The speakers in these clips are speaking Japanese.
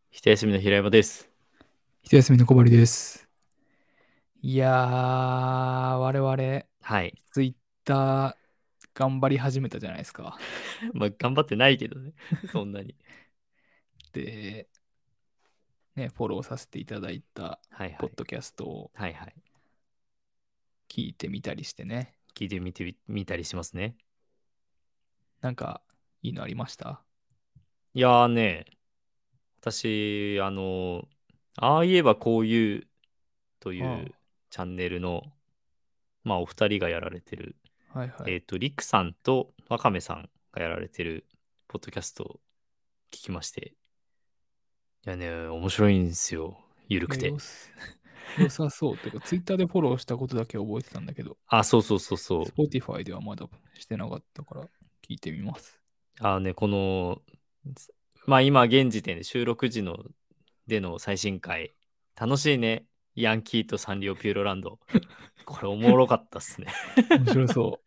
一休みの平山です。 一休みの小針です。いやー、我々、 はい。 ツイッター頑張り始めたじゃないですか。 まあ、頑張ってないけどね。そんなに。 で、ね、フォローさせていただいたはいはい。 ポッドキャストをはいはい。 聞いてみたりしてね。 聞いてみてみたりしますね。 なんか、いいのありました？ いやーね、私、ああ言えばこういうといあうチャンネルの、まあ、お二人がやられてる、 あ、はいはい。 リクさんとワカメさんがやられてる、ポッドキャストを聞きまして。いやね、面白いんですよ。ゆるくて。 良さそう。てか、ツイッターでフォローしたことだけ覚えてたんだけど、 あ、そうそうそうそう。 Spotify ではまだしてなかったから聞いてみます。 この、まあ今現時点で収録時での最新回、楽しいね。ヤンキーとサンリオピューロランド。これおもろかったっすね。 面白そ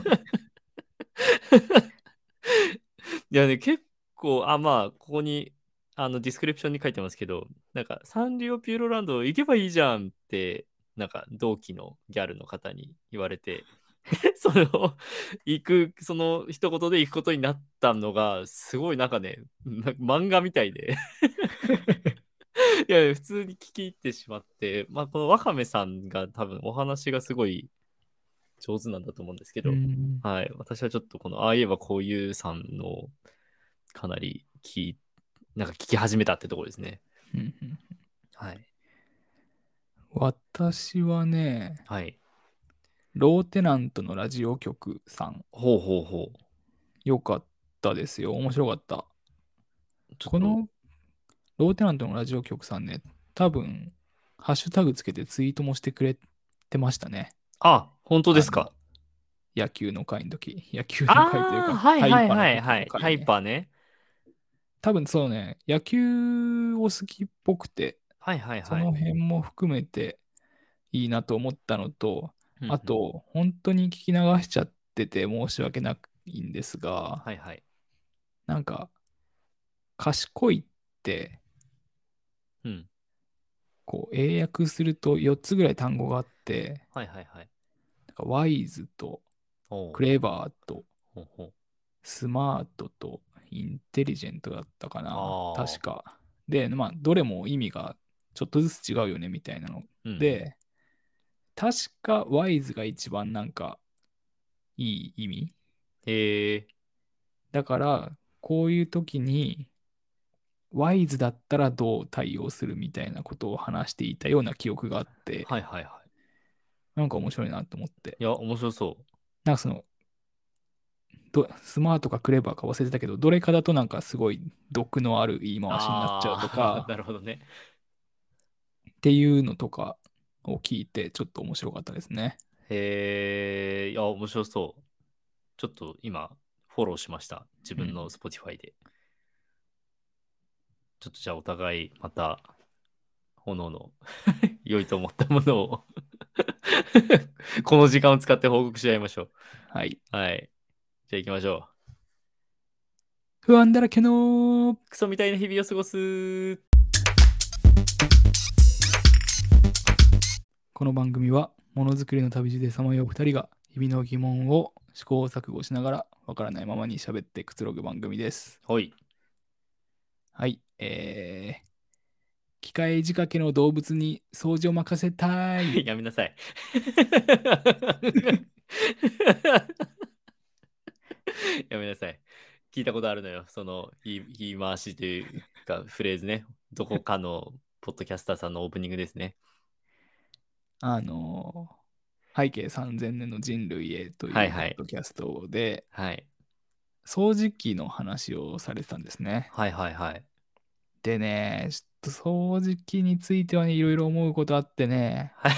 いやね、結構、まあ、ここに、ディスクリプションに書いてますけど、なんか、サンリオピューロランド行けばいいじゃんって、なんか、同期のギャルの方に言われて、それをその一言で行くことになったのが、すごいなんかね、漫画みたいでいや、普通に聞き入ってしまって、まあ、このワカメさんが多分お話がすごい上手なんだと思うんですけう。うど、 ん。 はい。私はちょっとこの、ああいえばこういうさんのかなりなんか聞き始めたってところですね。 うんうん。 はい。 私はね、 はい。 ローテナントのラジオ局さん、 ほうほうほう。 よかったですよ。面白かった。 ちょっと、 このローテナントのラジオ局さんね、多分、ハッシュタグつけてツイートもしてくれてましたね。 本当であの、 すか？ 野球の会の時。野球の会というああ、 か、 はいはいハイパのはいはい。 時の会ハイね。 パーね。 多分そうね、野球を好きっぽくて、 はいはいはい。 その辺も含めていいなと思ったのと、 うんうん。 あと、本当に聞き流しちゃってて申し訳ないんですが、 はいはい。 なんか、賢いって、 うん。 こう、英訳すると4つぐらい単語があって、 はいはいはい。 なんかワイズとおう。 クレバーとほうほう。 スマートとインテリジェントだったかな。確ああ。 か。で、まあ、どれも意味がちょっとずつ違うよねみたいなのうんうん。 で、確かワイズが一番なんかいい意味へえ。 だから、こういう時にワイズだったらどう対応するみたいなことを話していたような記憶があって、 はいはいはなんか面白いなと思って。 い。いや、面白そなんかその、スマートかクレバーか忘れてたけど、どれかだとなんかすごい毒のある言いう。 回しになっちゃうとああ、 か、 なるほどね。 っていうのとかを聞いて、ちょっと面白かったですね。 へえ。いや、面白そう。ちょっと今、フォローしました。自うん。 分の Spotify で。ちょっとじゃあお互いまた、炎の良いと思ったものをこの時間を使って報告し合いましょはい。 う。はい。じゃあ行きましょう。 不安だらけのクソみたいな日々を過ごす。 この番組は、ものづくりの旅路でさまよう二人が、日々の疑問を試行錯誤しながら、わからないままに喋ってくつろぐ番組です。 ほい。 はい。機械仕掛けの動物に掃除を任せたい。 やめなさい。やめなさい。聞いたことあるのよ。その言い回しというかフレーズね。どこかのポッドキャスターさんのオープニングですね。 あの背景3000年の人類へというポッはいはい。 ドキャストで、 はい。 掃除機の話をされてたんですね。 はいはいはい。 でね、ちょっと掃除機についてはね、いろいろ思うことあってね、 はい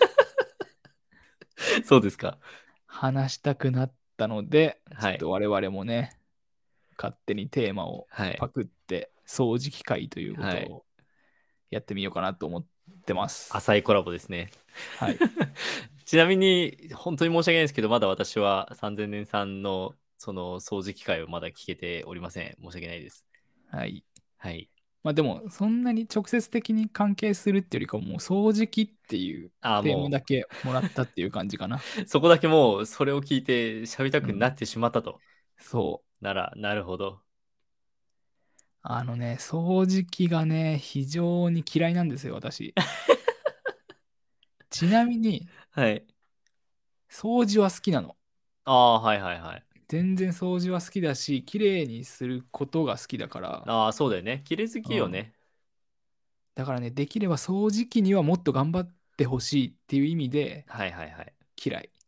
そうですか。 話したくなったので、ちょはい。 っと我々もね、勝手にテーマをはい。 パクって、掃除機会というこはい。 とをやってみようかなと思ってます。 浅いコラボですね。 はい。 ちなみに、本当に申し訳ないですけど、まだ私は3000年さんのその掃除機会をまだ聞けておりません。申し訳ないです。 はい。 はい。 まあでも、そんなに直接的に関係するっていうよりかは、もう掃除機っていうああ、 テーマだもけもらったっていう感じかな。 う、そこだけもう、それを聞いて喋りたうん。 くなってしまったと。 そう。 なるほど。 掃除機がね、非常に嫌いなんですよ、私。ちなみに、 はい。 掃除は好きなの。 ああ、はいはいはい。 全然掃除は好きだし、綺麗にすることが好きだから、 ああ、そうだよね。綺麗好うん。 きよね。 だからね、できれば掃除機にはもっと頑張ってほしいっていう意味ではいはいはい。 嫌い。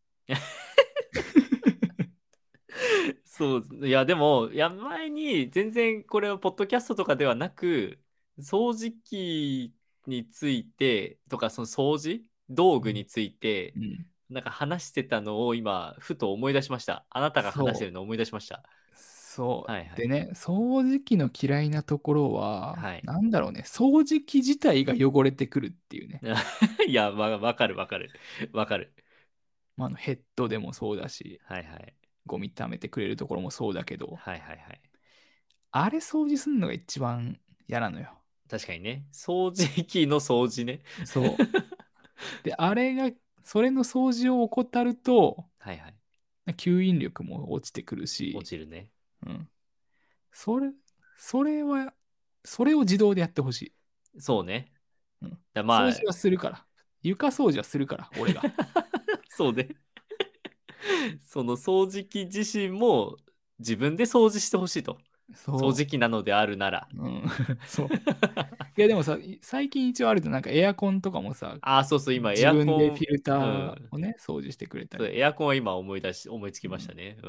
そう、いや、でも、いや、前に、全然これはポッドキャストとかではなく、掃除機について、とか、その掃除道うん。 具について、 うん。 なんか話してたのを今、ふと思い出しました。あなたが話してそう。 るのを思い出しました。 そう。 はいはい。 でね、掃除機の嫌いなところは、 はい。 なんだろうね、掃除機自体が汚れてくるっていうね。 いや、わかるわかる。わかる。 まあ、ヘッドでもそうだし、 はいはい。 ゴミ溜めてくれるところもそうだけど、 はいはいはい。 あれ掃除するのが一番嫌なのよ。 確かにね。掃除機の掃除ね。 そう。で、それの掃除を怠ると、 はいはい。 吸引力も落ちてくるし、 落ちるね。 うん。それ、それは、それを自動でやってほしい。 そうね。 うん。掃まあ、 除はするから。床掃除はするから、俺が。 そうね。その掃除機自身も自分で掃除してほしいと。掃そ除機なのであるなら。 う。うん。そう。いや、でもさ、最近一応あるとなんかエアコンとかもさ、 ああ、そうそう、今エ自アコン、 分でフィルターうん。 をね、掃除してくれたそう、 り。 エアコンは今思いつきうん。 ましたね。うん。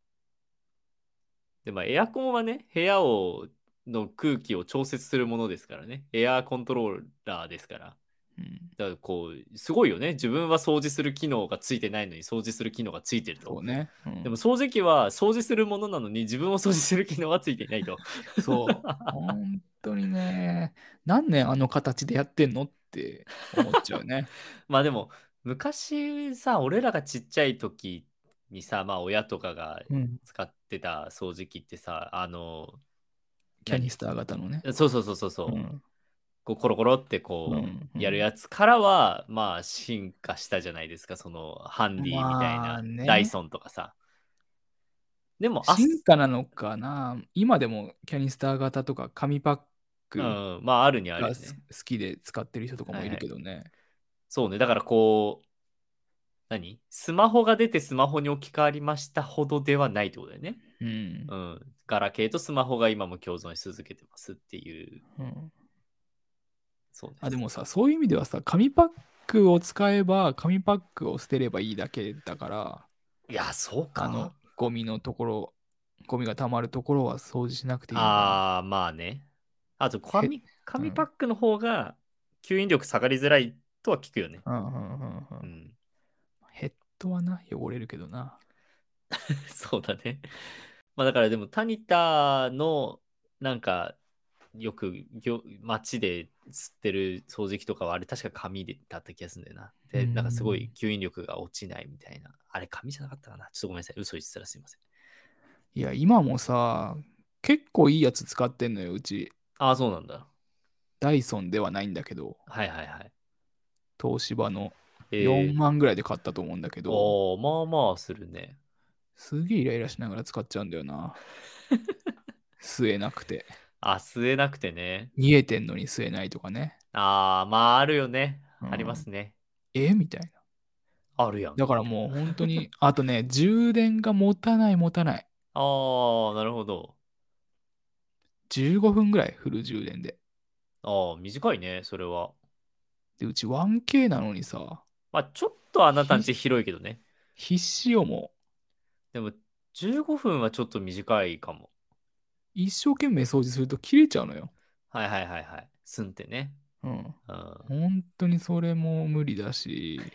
で、まあ、エアコンはね、の空気を調節するものですからね。エアコントローラーですから。 うん。 だからこう、すごいよね。自分は掃除する機能がついてないのに掃除する機能がついてると。 そうね。うん。 でも掃除機は掃除するものなのに自分を掃除する機能はついていないと。 そう。本当にね、何年あの形でやってんのって思っちゃうね。 まあでも、昔さ、俺らがちっちゃい時にさ、まあ親とかがうん。 使ってた掃除機ってさ、何キャニスター型のね。 そうそうそうそうそう。 うん。 こうコロコロってうこん。 うやるやつからは、まあ進化したじゃないですか。そのハンうん。 ディみたいまあなダイね。 ソンとかさ。でも、 進化なのかな。今でもキャニスター型とか紙パックうん、まああるにはあるがよね。 好きで使ってる人とかもいるはいはい。 けどね。 そうね。だからこう、スマホが出てスマホに置き換わりましたほどではないってことだよね。 うん。 うん。ガラケーとスマホが今も共存し続けてますっていう、 うん。あ、でそうです。 もさ、そういう意味ではさ、紙パックを使えば、紙パックを捨てればいいだけだから、 いや、そうか。 ゴミのところ、ゴミが溜まるところは掃除しなくていいのかな。 ああ、まあね。あと、 うん。 紙パックの方が吸引力下がりづらいとは聞くよね。 うんうんうんうん。 うん。 ヘッドはな、汚れるけどな。 そうだね。まあだからでも、タニタの、なんか、よく街で吸ってる掃除機とかはあれ確か紙でだった気がするんだよな。 うで、なんかすごいん。 吸引力が落ちないみたいな。あれ紙じゃなかったかな。ちょっとごめんなさい。嘘言ってたらすいません。 いや、今もさ、結構いいやつ使ってんのよ、うち。 ああ、そうなんだ。 ダイソンではないんだけど、 はいはいはい。 東芝の4 えー、 万ぐらいで買ったと思うんだけど、 おー、まあまあするね。 すげえイライラしながら使っちゃうんだよな。吸えなくて。 あ、吸えなくてね。 見えてんのに吸えないとかね。 ああ、まああるよね。ありまうん。 すね。 みたいな。 あるやん、みたいだからもう本当に、あとね、充電が持たない持たない。 な。ああ、なるほど。 15分ぐらいフル充電で。 ああ、短いね、それは。 で、うち 1K なのにさ、 まあちょっとあなたんち必広いけどね。 必死よもでも、15分はちょっと短いかも。 う。一生懸命掃除すると切れちゃうのよ。 はいはいはいはい。すんってね。 うん。 うん。は本当にそれも無理だし。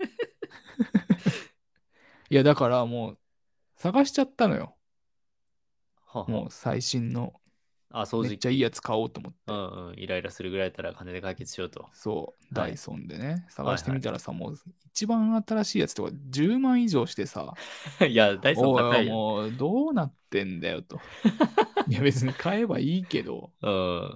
いや、だからもう探しちゃったのよ。 あはあ。 もう最新の。 あ、掃めっちゃいい除機。 やつ買おうと思っうて。 んうん。イライラするぐらいだったら金で解決しようと。 そう、ダはい。 イソンでね、探してはいはい。 みたらさ、もう一番新しいやつとか10万以上してさ、 いや、ダイソンおいおい、 高いよ。 もうどうなってんだよと。いや別に買えばいいけど、 うん。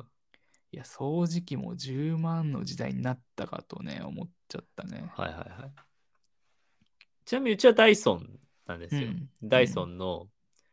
いや掃除機も10万の時代になったかとね、思っちゃったね。 はいはいはい。ちなみにうちはダイソンなんですよ。 うん。 ダイソうん。 ンの、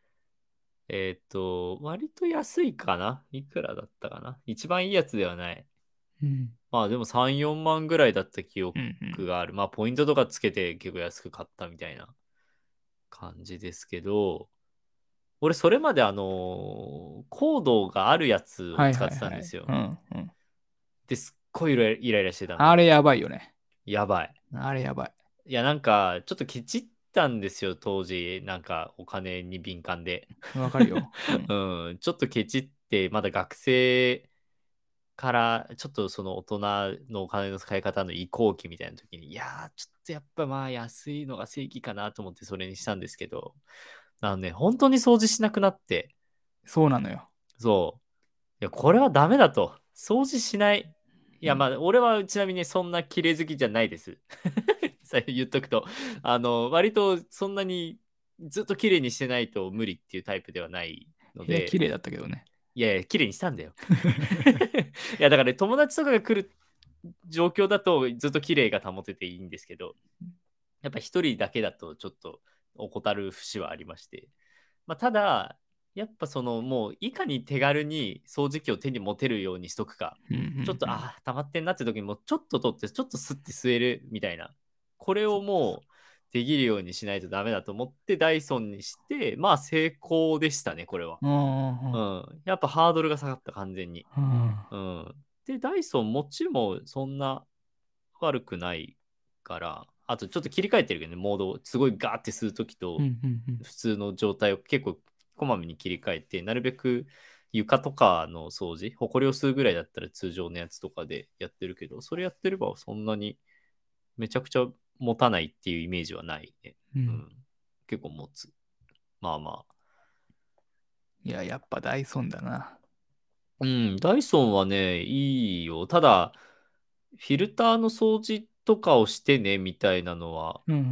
割と安いかな。いくらだったかな。一番いいやつではない。 うん。 まあでも3、4万ぐらいだった記憶うん。 がある。まあポイントとかつけて結構安く買ったみたいな感じですけど、俺それまでコードがあるやつをはい使ってはいはい。 たんですよ。 うん。うん。 で、すっごいイライラしてたの。 あれやばいよね。 やばい。 あれやばい。 いや、なんか、ちょっとケチったんですよ、当時。なんか、お金に敏感で。 わかるよ。うん。 うん、ちょっとケチって、まだ学生から、ちょっとその大人のお金の使い方の移行期みたいな時に、いやー、ちょっとやっぱまあ安いのが正義かなと思ってそれにしたんですけど、本当に掃除しなくなって、 そうなのよ。 そう。いや、これはダメだと。掃除しない。いや、 うん。 まあ、俺はちなみにそんな綺麗好きじゃないです。最初言っとくと、割とそんなにずっと綺麗にしてないと無理っていうタイプではないので、 部屋綺麗だったけどね。 いやいや、綺麗にしたんだよ。いや、だからね、友達とかが来る状況だとずっと綺麗が保てていいんですけど、やっぱ一人だけだとちょっと怠る節はありまして。まあ、ただ、やっぱそのもういかに手軽に掃除機を手に持てるようにしとくか。 うん。うん。 ちょっと、 うん。 溜まってんなって時にもうちょっと取って、ちょっと吸って吸えるみたいな。これをもうできるようにしないとダメだと思ってダイソンにして、まあ成功でしたね、これは。 うん。うん。 うん。やっぱハードルが下がった、完全に。 うん。 うん。で、ダイソン持ちもそんな悪くないから、あとちょっと切り替えてるけどね、モードをすごいガーって吸うときと、 うん。うん。 普通の状態を結構こまめに切り替えて、なるべく床とかの掃除、ほこりを吸うぐらいだったら通常のやつとかでやってるけど、それやってればそんなにめちゃくちゃ持たないっていうイメージはないね。 うん。 うん。結構持つ。まあまあ。 いや、やっぱダイソンだな。 うん、ダイソンはね、いいよ。ただ、フィルターの掃除とかをしてね、みたいなのは、 うん。うん。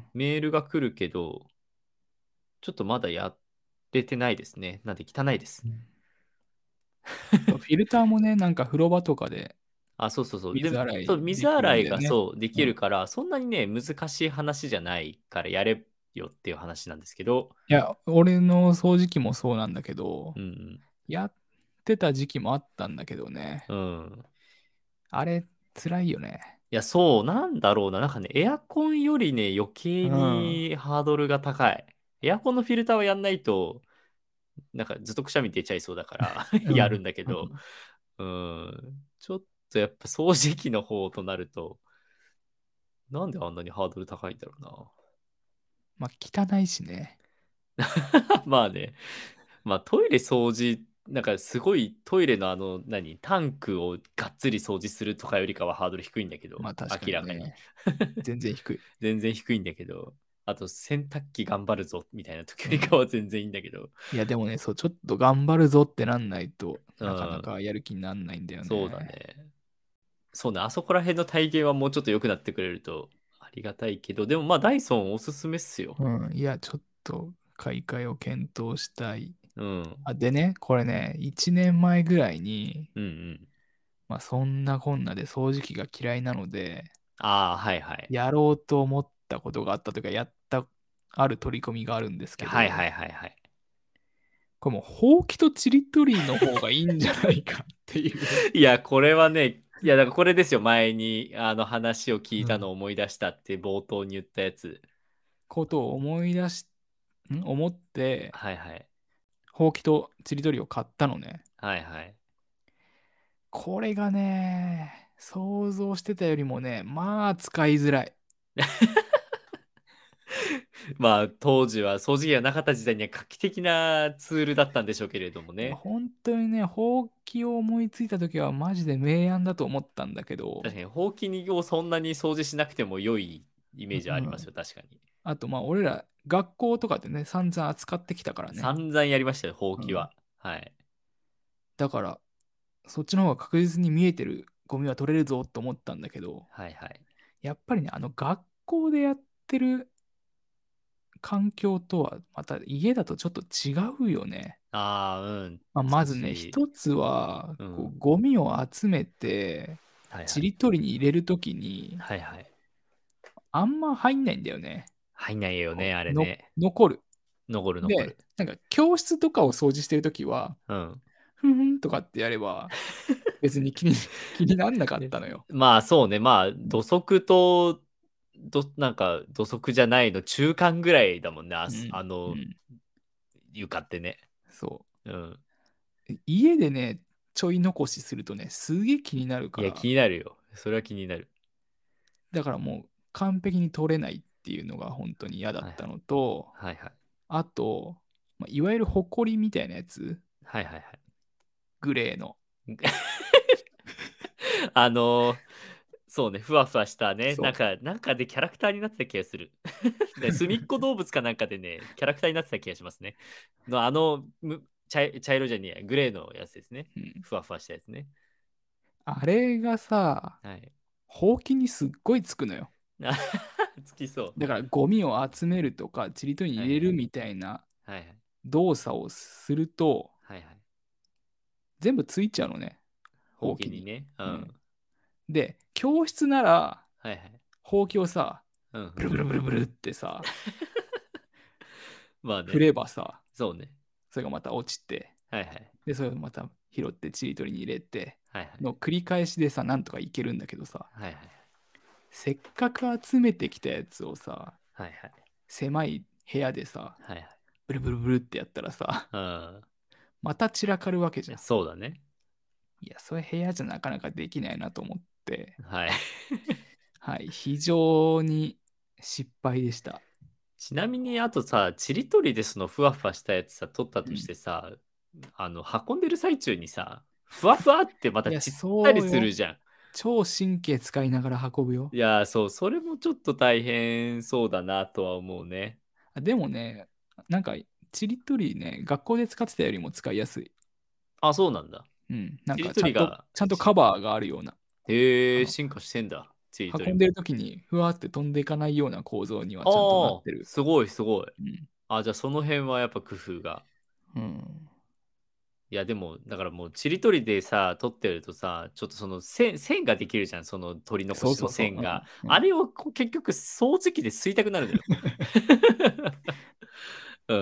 メールが来るけど、ちょっとまだやれてないですね。なんで汚いです。 うん。フィルターもね、なんか風呂場とかであ、そうそうそう。で、 水洗そう、 いできる水洗いんだよね。 がそう、できうん。 るから、そんなにね、難しい話じゃないからやれよっていう話なんですけど、 いや、俺の掃除機もそうなんだけど、 うんやってた時期もあったんだけどね。 うん。うん。 あれ、辛いよね。 いや、そう、なんだろうな。なんかね、エアコンよりね、余計うん。 にハードルが高い。エアコンのフィルターはやんないと、なんかずっとくしゃみ出ちゃいそうだからやるうん。 んだけど、 うん。 ちょっとやっぱ掃除機の方となると、なんであんなにハードル高いんだろうな。 まあ、汚いしね。 まあね、まあトイレ掃除、なんかすごいトイレのタンクをがっつり掃除するとかよりかはハードル低いんだけど、 まあ、確か明らかに。 にね。全然低い。 全然低いんだけど、あと洗濯機頑張るぞみたいな時よりかは全然いいんだけど、 いや、でもね、そう、ちょっと頑張るぞってなんないとうなかなん、 かやる気になんないんだよそうだね。 ね。そうね、あそこら辺の体型はもうちょっと良くなってくれるとありがたいけど、でもまあダイソンおすすめっすよ。 うん。いや、ちょっと買い替えを検討したい。 うん。 あ、でね、これね、1年前ぐらいに、 うんうん。 まあ、そんなこんなで掃除機が嫌いなので、 ああ、はいはい。 やろうと思ったことがあったというか、ある取り込みがあるんですけど、 はいはいはいはい。 これもう、ほうきとちりとりの方がいいんじゃないかっていういや、これはね、いや、だからこれですよ。前に話を聞いたのを思い出したって冒頭に言ったやつ。 ことを思って、 はいはい。 ほうきとちりとりを買ったのね。 はいはい。 これがね、想像してたよりもね、まあ使いづらい。 まあ、当時は掃除機がなかった時代には画期的なツールだったんでしょうけれどもいや、 ね。 本当にね、ほうきを思いついた時はマジで明暗だと思ったんだけど、 確かに、ほうきをそんなに掃除しなくても良いイメージはうん。 ありますよ、確かに。 あと、まあ、俺ら、学校とかでね、散々扱ってきたからね。 散々やりましたよ、ほううん。 きは。はい。 だから、そっちの方が確実に見えてるゴミは取れるぞと思ったんだけど、 はいはい。 やっぱりね、学校でやってる環境とは、また家だとちょっと違うよね。 ああ、うん。 まあ、まずね、 し、 一つは、 うん。 ゴミを集めて、 はいはい。 ちり取りに入れるときに、 はいはい。 あんま入んないんだよね。 入んないよね、あれのね。 残る。 残る残で、 る。 なんか教室とかを掃除してるときは、 うん。 ふんふんとかってやれば、別に気になんなかっねたのよ。 まあそうね、まあうん。 土足と、なんか土足じゃないの中間ぐらいだもんね、 うんうん、 床ってね。 そうん。 う。家でね、ちょい残しするとね、すげえ気になるいや、気から、 になるよ。それは気になる。 だからもう完璧に取れないっていうのが本当に嫌だはいはい。 ったのと、 はいはい。 あと、いわゆるホコリみたいなやつ、 はいはいはい。 グレーの。 あのそうね、ふわふわしたね、 そう。 なんかでキャラクターになってた気がする。で、すみっこ動物かなんかでね、キャラクターになってた気がしますね。茶色じゃねえや、グレーのやつですね。 うん、 ふわふわしたやつね。 あれがさ、 はい。 ほうきにすっごいつくのよ。 あつきそう。 だからゴミを集めるとか、ちりとりにはいはい。 入れるみたいなはいはい。 動作をすると、 はいはい。 全部ついちゃうのね、 ほほうきに。 うきにね。ううん、 ん。 で、教室なら、 はいはい。 ほうきをさ、 うんうん。 ブルブルブルブルってさ、振まあね。 ればさ、 そうね。 それがまた落ちて、 はいはい。 で、それをまた拾ってちりとりに入れて、 はいはい。 の繰り返しでさ、なんとかいけるんだけどさ、 はいはい。 せっかく集めてきたやつをさ、 はいはい。 狭い部屋でさ、 はいはい。 ブルブルブルってやったらさ、 うん。 また散らかるわけじゃん。 そうだね。 いや、それ部屋じゃなかなかできないなと思って、 はい。 はい、非常に失敗でした。 ちなみに、あとさ、ちりとりでそのふわふわしたやつさ、取ったとしうん。 てさ、運んでる最中にさ、ふわふわってまたいや、 散ったりそうよ。 するじゃん。 超神経使いながら運ぶよ。 いやー、そう、それもちょっと大変そうだなとは思うね。 でもね、なんか、ちりとりね、学校で使ってたよりも使いやすい。 あ、そうなんだ。 うん。なんちりか、 とりが、 ちゃんとカバーがあるような。 へえ、 あの、 進化してんだ。ちりとりも。 運んでる時に、ふわって飛んでいかないような構造にはちゃんとなっああ、 てる。 すごいすごい。 うん。 あ、じゃあその辺はやっぱ工夫が。 うん。 いや、でも、だからもう、ちりとりでさ、取ってるとさ、ちょっとその線ができるじゃん、その取り残しのそうそうそう。 線が。 うん。うん。 あれを結局、掃除機で吸いたくなるのよ。うん。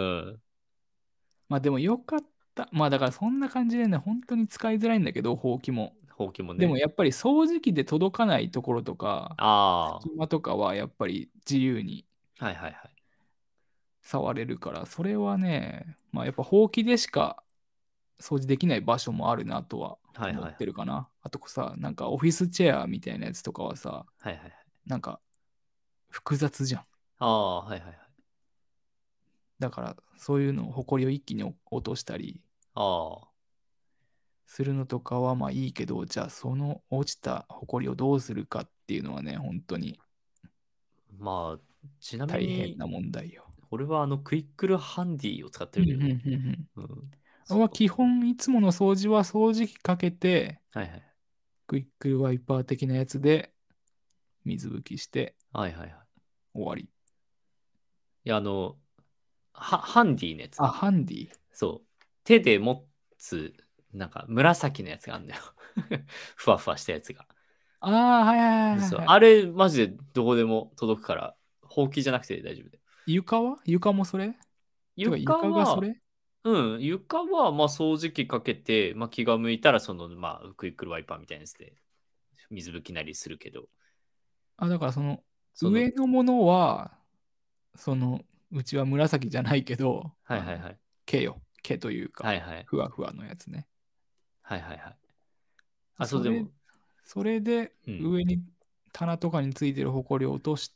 まあでもよかった。まあだからそんな感じでね、本当に使いづらいんだけど、ほうきも。 ほうきもね。 でもやっぱり掃除機で届かないところとか、 あ隙間とかはやっぱり自由にあ。はいはいはい。 触れるから、それはね、まあやっぱほうきでしか掃除できない場所もあるなとは思っはいはいはい。 てるかな。あとさ、なんかオフィスチェアみたいなやつとかはさ、 はいはいはい。 なんか複雑じゃん。 ああ、はいはいはい。 だからそういうのを、ほこりを一気に落としたりああ。 するのとかはまあいいけど、じゃあその落ちたほこりをどうするかっていうのはね、本当にまあ、ちなみに、 大変な問題よ。 俺はクイックルハンディを使ってうんうんるけどね。 うんうん。 うん。 そう。 基本いつもの掃除は掃除機かけて、 はいはい。 クイックルワイパー的なやつで水拭きしてはいはいはい。 終わり。 いや、ハンディのやつあ、 ね。 ハンディ。 そう。手で持つ、なんか紫のやつがあるんだよ。ふわふわしたやつが。 ああ、はいはいはいそう。 はい。 あれ、マジでどこでも届くから、ほうきじゃなくて大丈夫で。 床もそれてか床は、 床がそれ。 うん、床は、まあ、掃除機かけて、まあ、気が向いたら、まあ、クイックルワイパーみたいなやつで、水拭きなりするけど、 あ、だからそのその、 上のものは、その、うちは紫じゃないけど、 はいはいはい。 毛というか、 はいはい。 ふわふわのやつね。 はいはいはい。あ、そうそれ、 でも、 それでうん。 上に棚とかについてるほこりを落として、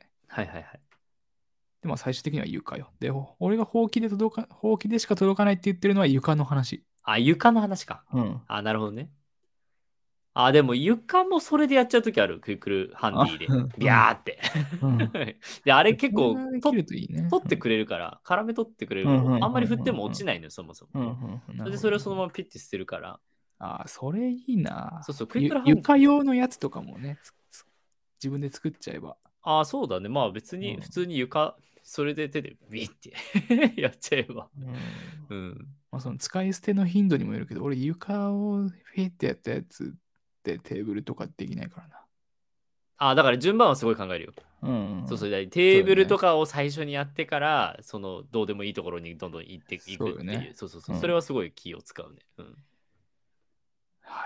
はいはいはい。 で、まあ最終的には床よ。で、俺がほうきでしか届かないって言ってるのは床の話。 あ、床の話か。 うん。 あ、なるほどね。 あ、でも床もそれでやっちゃうときある。クイックルハンディで。ビうん。 ャーって。 うん。 で、あれそれ結構ができるといいね。 取ってくれるから、絡め取ってくれるから、 うんうんあんまり振ってうんも落ちないのよ、そもそも。 うんうんうん。なそれでるほど。 それをそのままピッて捨てるから。 ああ、それいいな。 そうそう、クイックルハンディ。 床用のやつとかもね、自分で作っちゃえば。 ああ、そうだね。まあ別に普うん。 通に床、それで手でビッてやっちゃえば。 うん。 うん。 まあ、その使い捨ての頻度にもよるけど、俺床をフィッてやったやつでテーブルとかできないからな。 ああ、だから順番はすごい考えるよ。 うん。 そうそう、テーブルとそうよね。 かを最初にやってから、どうでもいいところにどんどん行っていくっていう。 そうよね。 そうそうそう。 うん。 それはすごい気を使うね。うん。 はい。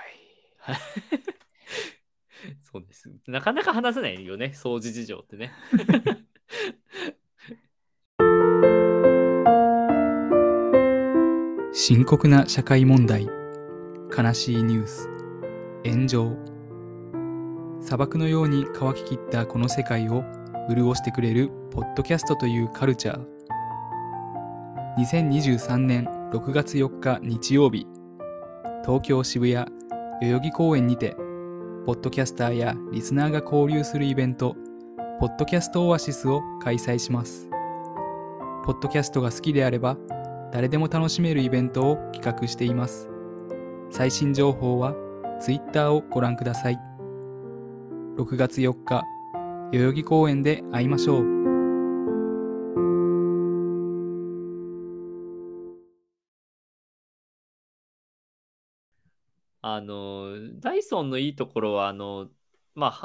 そうです。なかなか話せないよね。掃除事情ってね。 深刻な社会問題、悲しいニュース、炎上。砂漠のように乾ききったこの世界を潤してくれるポッドキャストというカルチャー。2023年6月4日日曜日、東京渋谷代々木公園にて、ポッドキャスターやリスナーが交流するイベント、ポッドキャストオアシスを開催します。ポッドキャストが好きであれば、誰でも楽しめるイベントを企画しています。最新情報は Twitter をご覧ください。6月4日、代々木公園で会いましょう。 ダイソンのいいところは、まあ、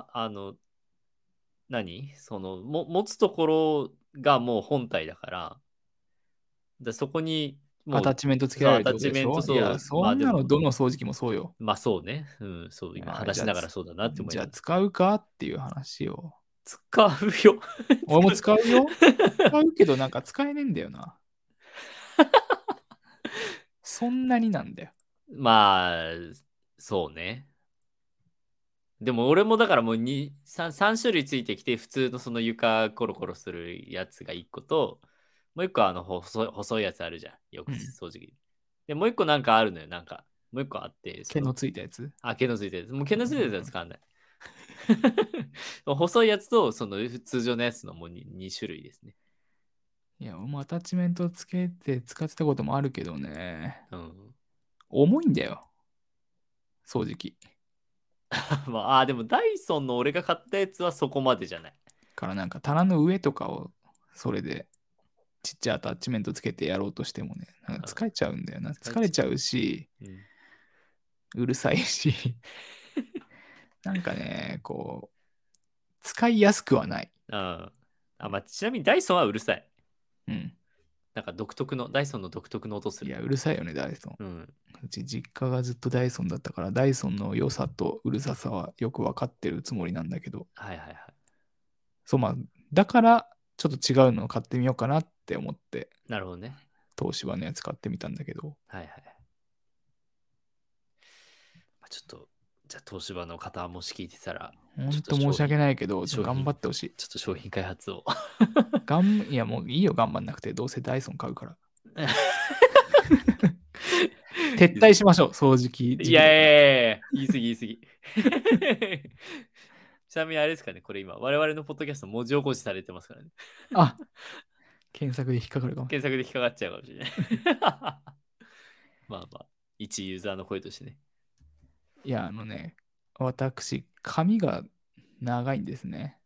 持つところがもう本体だから、そこに、もう、 アタッチメントつけそう、 られるってアタッチメント、 ことでしょ？いや、 そう、 そんなのまあでも、 どの掃除機もそうよ。 まあそうね。うん、そう、今いや、 話しながらそうだなって思いじゃあながら。 使うかっていう話よ。 使うよ。 俺も使使うよ。使うけどなんか使えねえんだよな。そんなになんだよ。 う。まあ、そうね。でも俺もだからもう3種類ついてきて、普通のその床コロコロするやつが1個と、もう1個細いやつあるじゃん。よくうん。 掃除機。で、もう1個なんかあるのよ。もう1個あって、 毛のついたやつ。 毛のついてる。もう毛のついてるやつはうん。 使わない。細いやつと、その通常のやつのもう2種類ですね。 いや、俺もアタッチメントつけて使ってたこともあるけどね。 うん。 重いんだよ。掃除機。 でもダイソンの俺が買ったやつはそこまでじゃない。 からなんか棚の上とかをそれでちっちゃいアタッチメントつけてやろうとしてもね、なんか疲れちゃうんだよな。疲れちゃうし、 うん。 うるさいし、なんかね、使いやすくはない。 ちなみにダイソンはうるさい。 うん。 なんかダイソンの独特の音する。 いや、うるさいよね、ダイソン。 うん。 うち実家がずっとダイソンだったから、ダイソンの良さとうるささはよく分かってるつもりなんだけど、 はいはいはい。 そう、まあ、だから、ちょっと違うのを買ってみようかなって思って、 なるほどね。 東芝のやつ買ってみたんだけど、 はいはい。ちょっと、じゃあ東芝の方もし聞いてたら、 ほんちょっとと申し訳ないけど、 商品、 頑張ってほしい。 ちょっと商品開発を。 いや、もういいよ、頑張んなくて。どうせダイソン買うから。撤退しましょう、掃除機いやい事業から。 やいや言い過ぎ言い過ぎ。ちなみにあれですかね、これ今、我々のポッドキャスト文字起こしされてますからね。 あ、検索で引っかかるかも。 検索で引っかかっちゃうかもしれない。まあまあ、一ユーザーの声としてね。 いや、私、髪が長いんですね。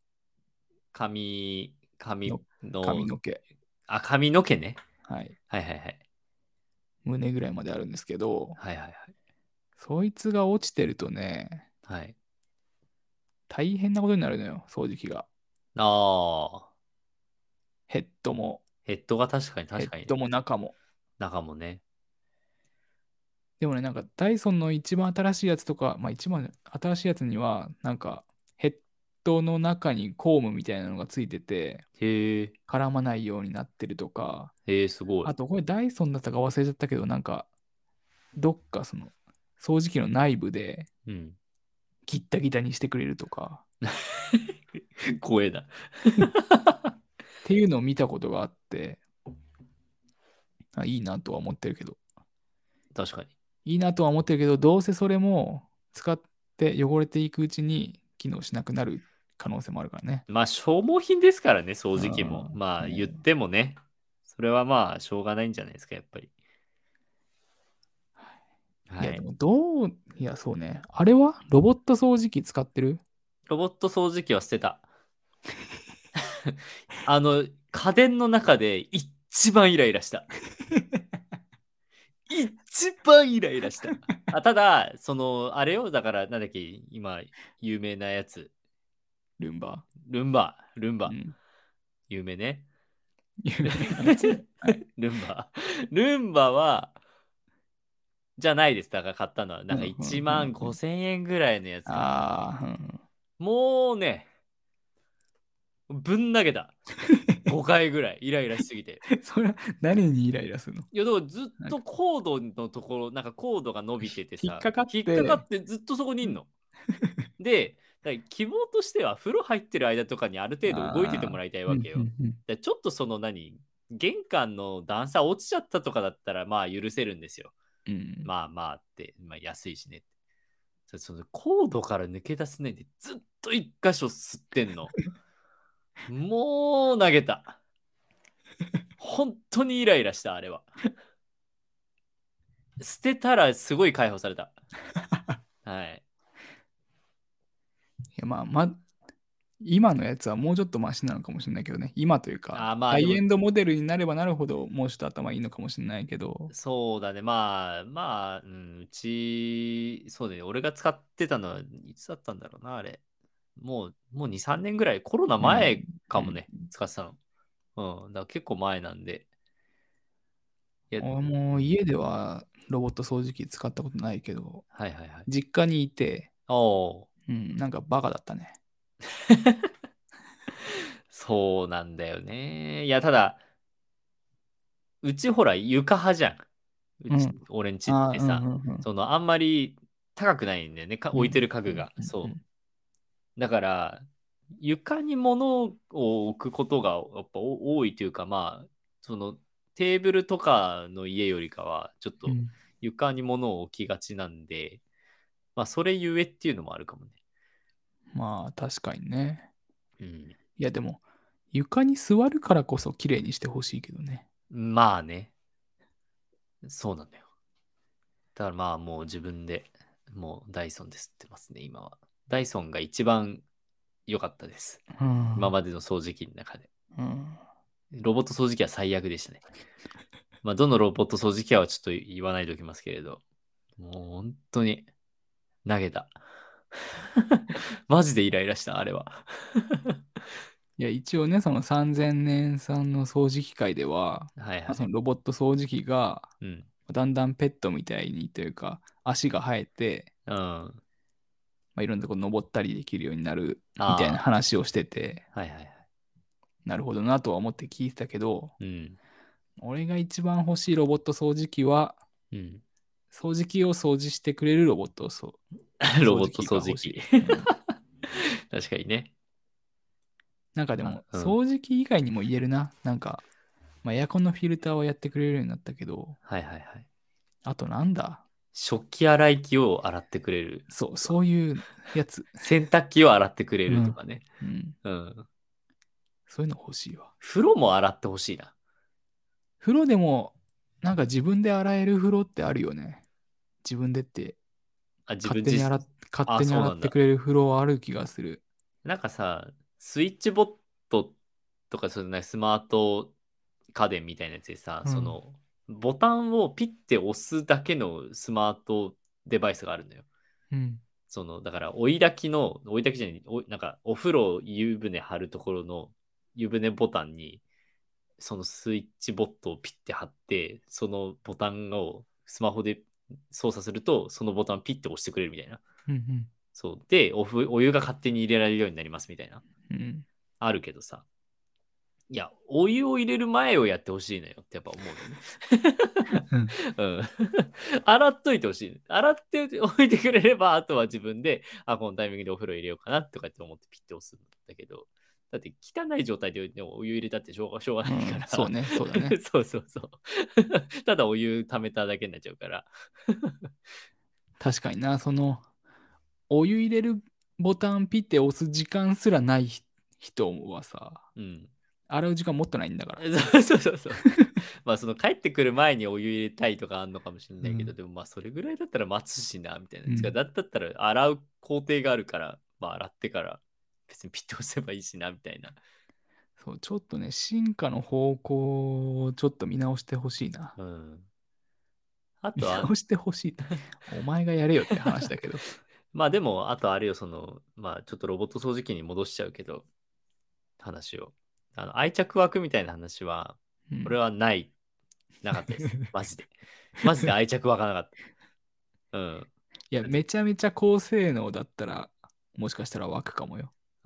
髪のの、 髪の毛。 髪の毛ね。 はい。 はいはいはい。 胸ぐらいまであるんですけど、 はいはいはい。 そいつが落ちてるとね、 はい。 大変なことになるのよ、掃除機が。 ああ、 ヘッドも、 ヘッドが確かに確かに。 ヘッドも中も。 中もね。 でもね、なんかダイソンの一番新しいやつとか、まあ一番新しいやつには、なんかヘッドの中にコームみたいなのがついてて、 へえ、 絡まないようになってるとか、 へえ、すごい。 あとこれダイソンだったか忘れちゃったけど、なんかどっかその掃除機の内部でうん。 ギッタギタにしてくれるとか、 光栄だ。 っていうのを見たことがあって、いいなとは思ってるけど、 確かに。 いいなとは思ってるけど、どうせそれも使っ汚れていくうちに機能しなくなる可能性もあるからね。 まあ消耗品ですからね、掃除機も。 あまあ言っーてもね、それはまあしょうがないんじゃないですか、やっぱり。 いや、ではい。 もいや、そうね。あれはロボット掃除機使ってる？ ロボット掃除機は捨てた。家電の中で一番イライラした。一番イライラした。ただ、あれよ、だから、なんだっけ、今、有名なやつ。 ルンバ。 ルンバ。 うん。 有名ね。 有名なやつね。はい。 ルンバ。ルンバは、じゃないです。だから買ったのは。なんかうん、うん、 1 うん。 万5千円ぐらいのやつ買ったのに。 ああ、うん。 もうね、ぶん投げた。5回ぐらい。イライラしすぎて。 それは何にイライラするの？ いや、だからずっなんか、 とコードのところ、なんかコードが伸びててさ、 引っかかっ引っかかて、 ってずっとそこにいんの。で、だから希望としては風呂入ってる間とかにある程度動いててもああ、 らいたいうん、 わけよ。 うん、うん。 でちょっと玄関の段差落ちちゃったとかだったらまあ許せるんですよ。 うん。 まあまあって、まあ安いしね。そのコードから抜け出すねでずっと一箇所吸ってんの。もう投げた。本当にイライラした、あれは。捨てたらすごい解放された。はい。 いや、今のやつはもうちょっとマシなのかもしれないけどね。今というか、 あーまあでも、 ハイエンドモデルになればなるほど、もうちょっと頭いいのかもしれないけど、 そうだね。まあ、うん、そうだね。俺が使ってたのはいつだったんだろうな、あれ。もう2、3年ぐらい、コロナうん、 前かうん。 もね、使ってたの。うん、だから結構前なんで。いや、 俺も家ではロボット掃除機使ったことないけど、 はいはいはい。 実家にいて、 おー。 うん、なんかバカだったね。 そうなんだよね。いや、ただ、うちほら床派じゃん。 うん。 俺んちっああ、うん、うてさ、 ん、うん。 あんまり高くないんだよね。 うん、 置いてる家うん、 具が。 うん。うそん。 う。だから、床に物を置くことがやっぱ多いというか、まあ、テーブルとかの家よりかは、ちょっとうん床に物を置きがちなんで、まあ、それゆえっていうのもあるかもね。 まあ、確かにね。 うん。 いや、でも、床に座るからこそ綺麗にしてほしいけどね。 まあね。そうなんだよ。だからまあ、もう自分で、もうダイソンで吸ってますね、今は。ダイソンが一番良かったです。 うん。 今までの掃除機の中で。 うん。 ロボット掃除機は最悪でしたね。まあ、どのロボット掃除機はちょっと言わないでおきますけれど、もう本当に投げた。マジでイライラした、あれは。 いや、一応ね、その3000年産の掃除機械では、そはいはい。 のロボット掃除機が、 うん。 だんだんペットみたいにというか、足が生えて、 うん。あいろんなとこ登ったりできるようになるみたいなあ。 話をしてて、 はいはいはい。 なるほどなとは思って聞いてたけど、 うん。 俺が一番欲しいロボット掃除機は、 うん。 掃除機を掃除してくれるロボットロボット掃除機が掃除機。 欲しい。うん。 確かにね。 なんかでも、 うん。 掃除機以外にも言えるな。なんか、エアコンのフィルターをやってくれるようになったけど、 はいはいはい。 あとなんだ？ 食器洗い機を洗ってくれるそう、 とか、 そういうやつ。 洗濯機を洗ってくれうん。 るとかね。 うん。 うん。 そういうの欲しいわ。 風呂も洗ってほしいな。 風呂でも、なんか自分で洗える風呂ってあるよね。自分でって、 あ、自勝分自身。 手に洗っ、勝あ、 手にそうなんだ。 洗ってくれる風呂はある気がする。 なんかさ、スイッチボットとか、スマート家電みたいなやつでさ、 うん。 ボタンをピッて押すだけのスマートデバイスがあるんだよ。 うん。 だから追い焚きじゃない、なんかお風呂湯船張るところの湯船ボタンに、そのスイッチボットをピッて貼って、そのボタンをスマホで操作すると、そのボタンをピッて押してくれるみたいな。 うん。 そう。で、お湯が勝手に入れられるようになりますみたいな。 うん。 あるけどさ。いや、お湯を入れる前をやってほしいのよってやっぱ思うよね。 うん。 うん。洗っといてほしい。洗っておいてくれれば、あとは自分で、このタイミングでお風呂入れようかなとかって思ってピッて押すんだけど、だって汚い状態でお湯入れたってしょうがないかそうら。 ね、そうだね。 そうそうそう。ただお湯溜めただけになっちゃうから。 確かにな、 お湯入れるボタンピッて押す時間すらない人はさ、 うん。 洗う時間もっとないんだから。 そうそうそう。まあその帰ってくる前にお湯入れたいとかあんのかもしれないけど、 うんでもまあそれぐらいだったら待つしな、みたいな。 うんだったら洗う工程があるから、まあ洗ってから別にピッと押せばいいしな、みたいな。 そう、ちょっとね、進化の方向をちょっと見直してほしいな。 うん。あ見とは、 直してほしいって。お前がやれよって話だけど。 まあでも、あとあれよ、まあちょっとロボット掃除機に戻しちゃうけど、話を。愛着枠みたいな話は、これうん。 はなかったです。マジで。マジで愛着湧かなかった。うん。 いや、めちゃめちゃ高性能だったら、もしかしたら湧くかもよ。 うん。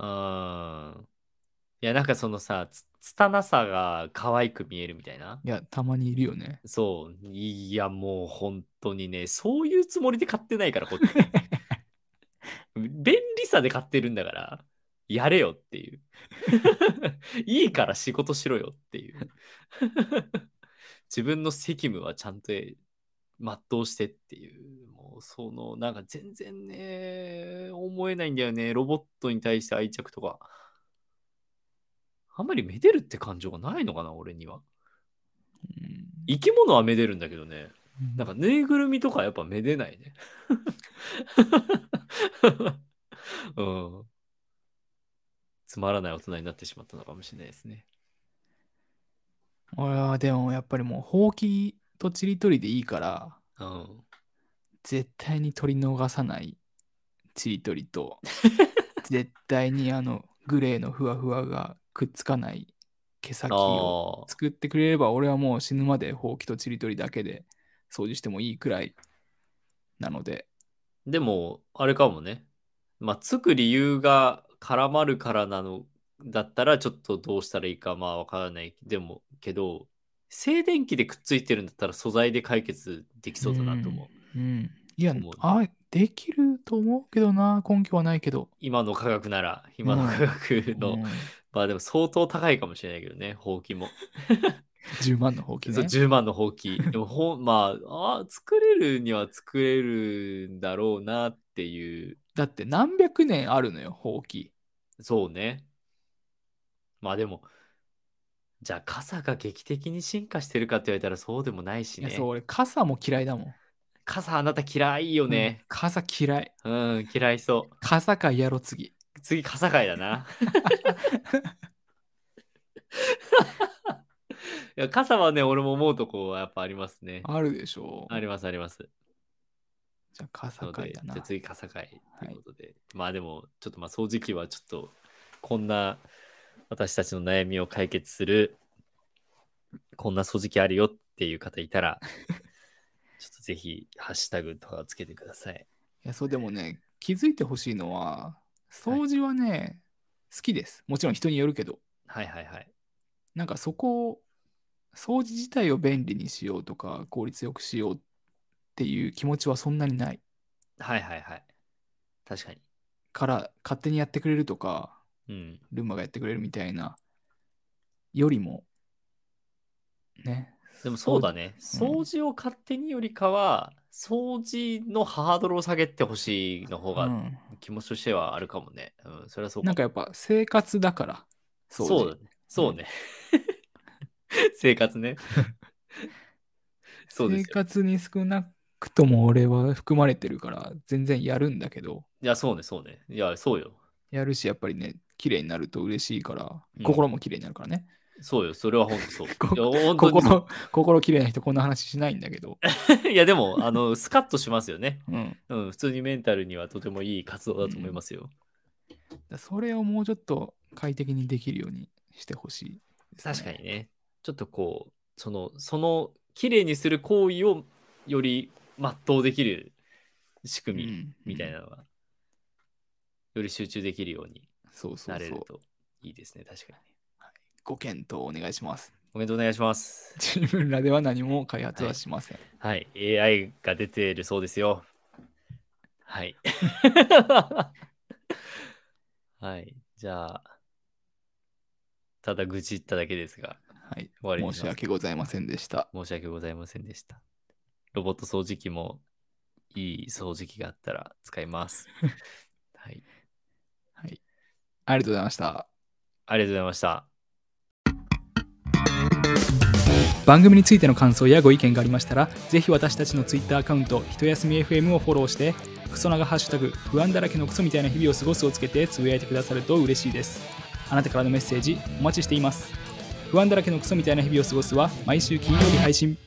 いや、なんかそのさ、拙さが可愛く見えるみたいな。 いや、たまにいるよね。 そう。いや、もう本当にね、そういうつもりで買ってないから、こっち。便利さで買ってるんだから、やれよっていう。いいから仕事しろよっていう。自分の責務はちゃんと全うしてっていう。もうなんか全然ね、思えないんだよね。ロボットに対して愛着とか。あんまりめでるって感情がないのかな、俺には。 うん生き物はめでるんだけどね。なんかぬいぐるみとかやっぱめでないね。うん。つまらない大人になってしまったのかもしれないですね。 俺はでもやっぱりもう、ほうきとちりとりでいいから、 うん。 絶対に取り逃さないちりとりと、絶対にグレーのふわふわがくっつかない毛先をああ。 作ってくれれば、俺はもう死ぬまでほうきとちりとりだけで掃除してもいいくらいなので。 でも、あれかもね。まあ、つく理由が絡まるからなのだったら、ちょっとどうしたらいいか、まあ、わからない。でも、けど、静電気でくっついてるんだったら素材で解決できうそうだなとん。 思うん。いや、 う。 できると思うけどな、根拠はないけど。 今の価格なら、 うん。 今の価格の、 うん。 まあでも相当高いかもしれないけどね、ほうきも。 10万のほうきそう、 ね。 10万のほうき。でもま作れるには作れるんだろうなっていう。 だって何百年あるのよ、ほうき。 そうね。まあでも、じゃあ傘が劇的に進化してるかって言われたらそうでもないしいや、そう、 ね。 俺、傘も嫌いだも傘あなた嫌いよん。うん。 ね。 傘嫌い。 うん、嫌いそ傘かやろ、次。 う。次、傘会だな。いや、傘はね、俺も思うとこはやっぱありますね。 あるでしょう。 あります、あります。 じゃあ、傘ので、 かいだな。 じゃあ次、傘会とはい。 いうことで。まあでも、ちょっと掃除機はちょっと、こんな私たちの悩みを解決する、こんな掃除機あるよっていう方いたら、ちょっとぜひ、ハッシュタグとかつけてください。 いや、そう、でもね、気づいてほしいのは、 はい。 掃除はね、好きです。もちろん人によるけど、 はいはいはい。 なんかそこを、掃除自体を便利にしようとか、効率よくしようっていう気持ちはそんなにないはいはいはい。確かに。 から、勝手にやってくれるとか、 うん。 ルンバがやってくれるみたいな、よりも、ね、 でもそうだうね。掃ん、 除を勝手によりかは、掃除のハードルを下げてほしいの方がうん。 気持ちとしてはあるかもね。うん、それはそうかも。 なんかやっぱ生活だから、掃除。 そうだね。 うん、 そうね。生活ね。そうで生すよ。 活に少なくとも俺は含まれてるから全然やるんだけど、 いや、そうね、そうね。いや、そうよ。 やるしやっぱりね、綺麗になると嬉しいから、 うん。 心も綺麗になるからね。 そうよ。それは本当そう。いこや、本当にそ心綺麗な人こんな話しないんだけど、 う。いや、でも、スカッとしますよね。 うん。 うん、普通にメンタルにはとてもいい活動だと思いうん、 ますよ。 それをもうちょっと快適にできるようにしてほしいですね。 確かにね。ちょっと綺麗にする行為をより全うできる仕組みうん、うん。 みたいなのが、より集中できるようにそうそうそう。 なれるといいですね。確かにね。 ご検討お願いします。 おめでとうお願いします。 自分らでは何も開発はい。 はしません。 はい。AI が出てるそうですよ。はい。はい。じゃあ、ただ愚痴っただけですが、 はい。 終わりに申しします。 訳ございませんでした。 申し訳ございませんでした。ロボット掃除機もいい掃除機があったら使います。はい。 はい。ありがとうございました。 ありがとうございました。 番組についての感想やご意見がありましたら、ぜひ私たちのツイッターアカウント、ひとやすみ FM をフォローして、クソナガハッシュタグ、不安だらけのクソみたいな日々を過ごすをつけてつぶやいてくださると嬉しいです。あなたからのメッセージお待ちしています。不安だらけのクソみたいな日々を過ごすは毎週金曜日配信。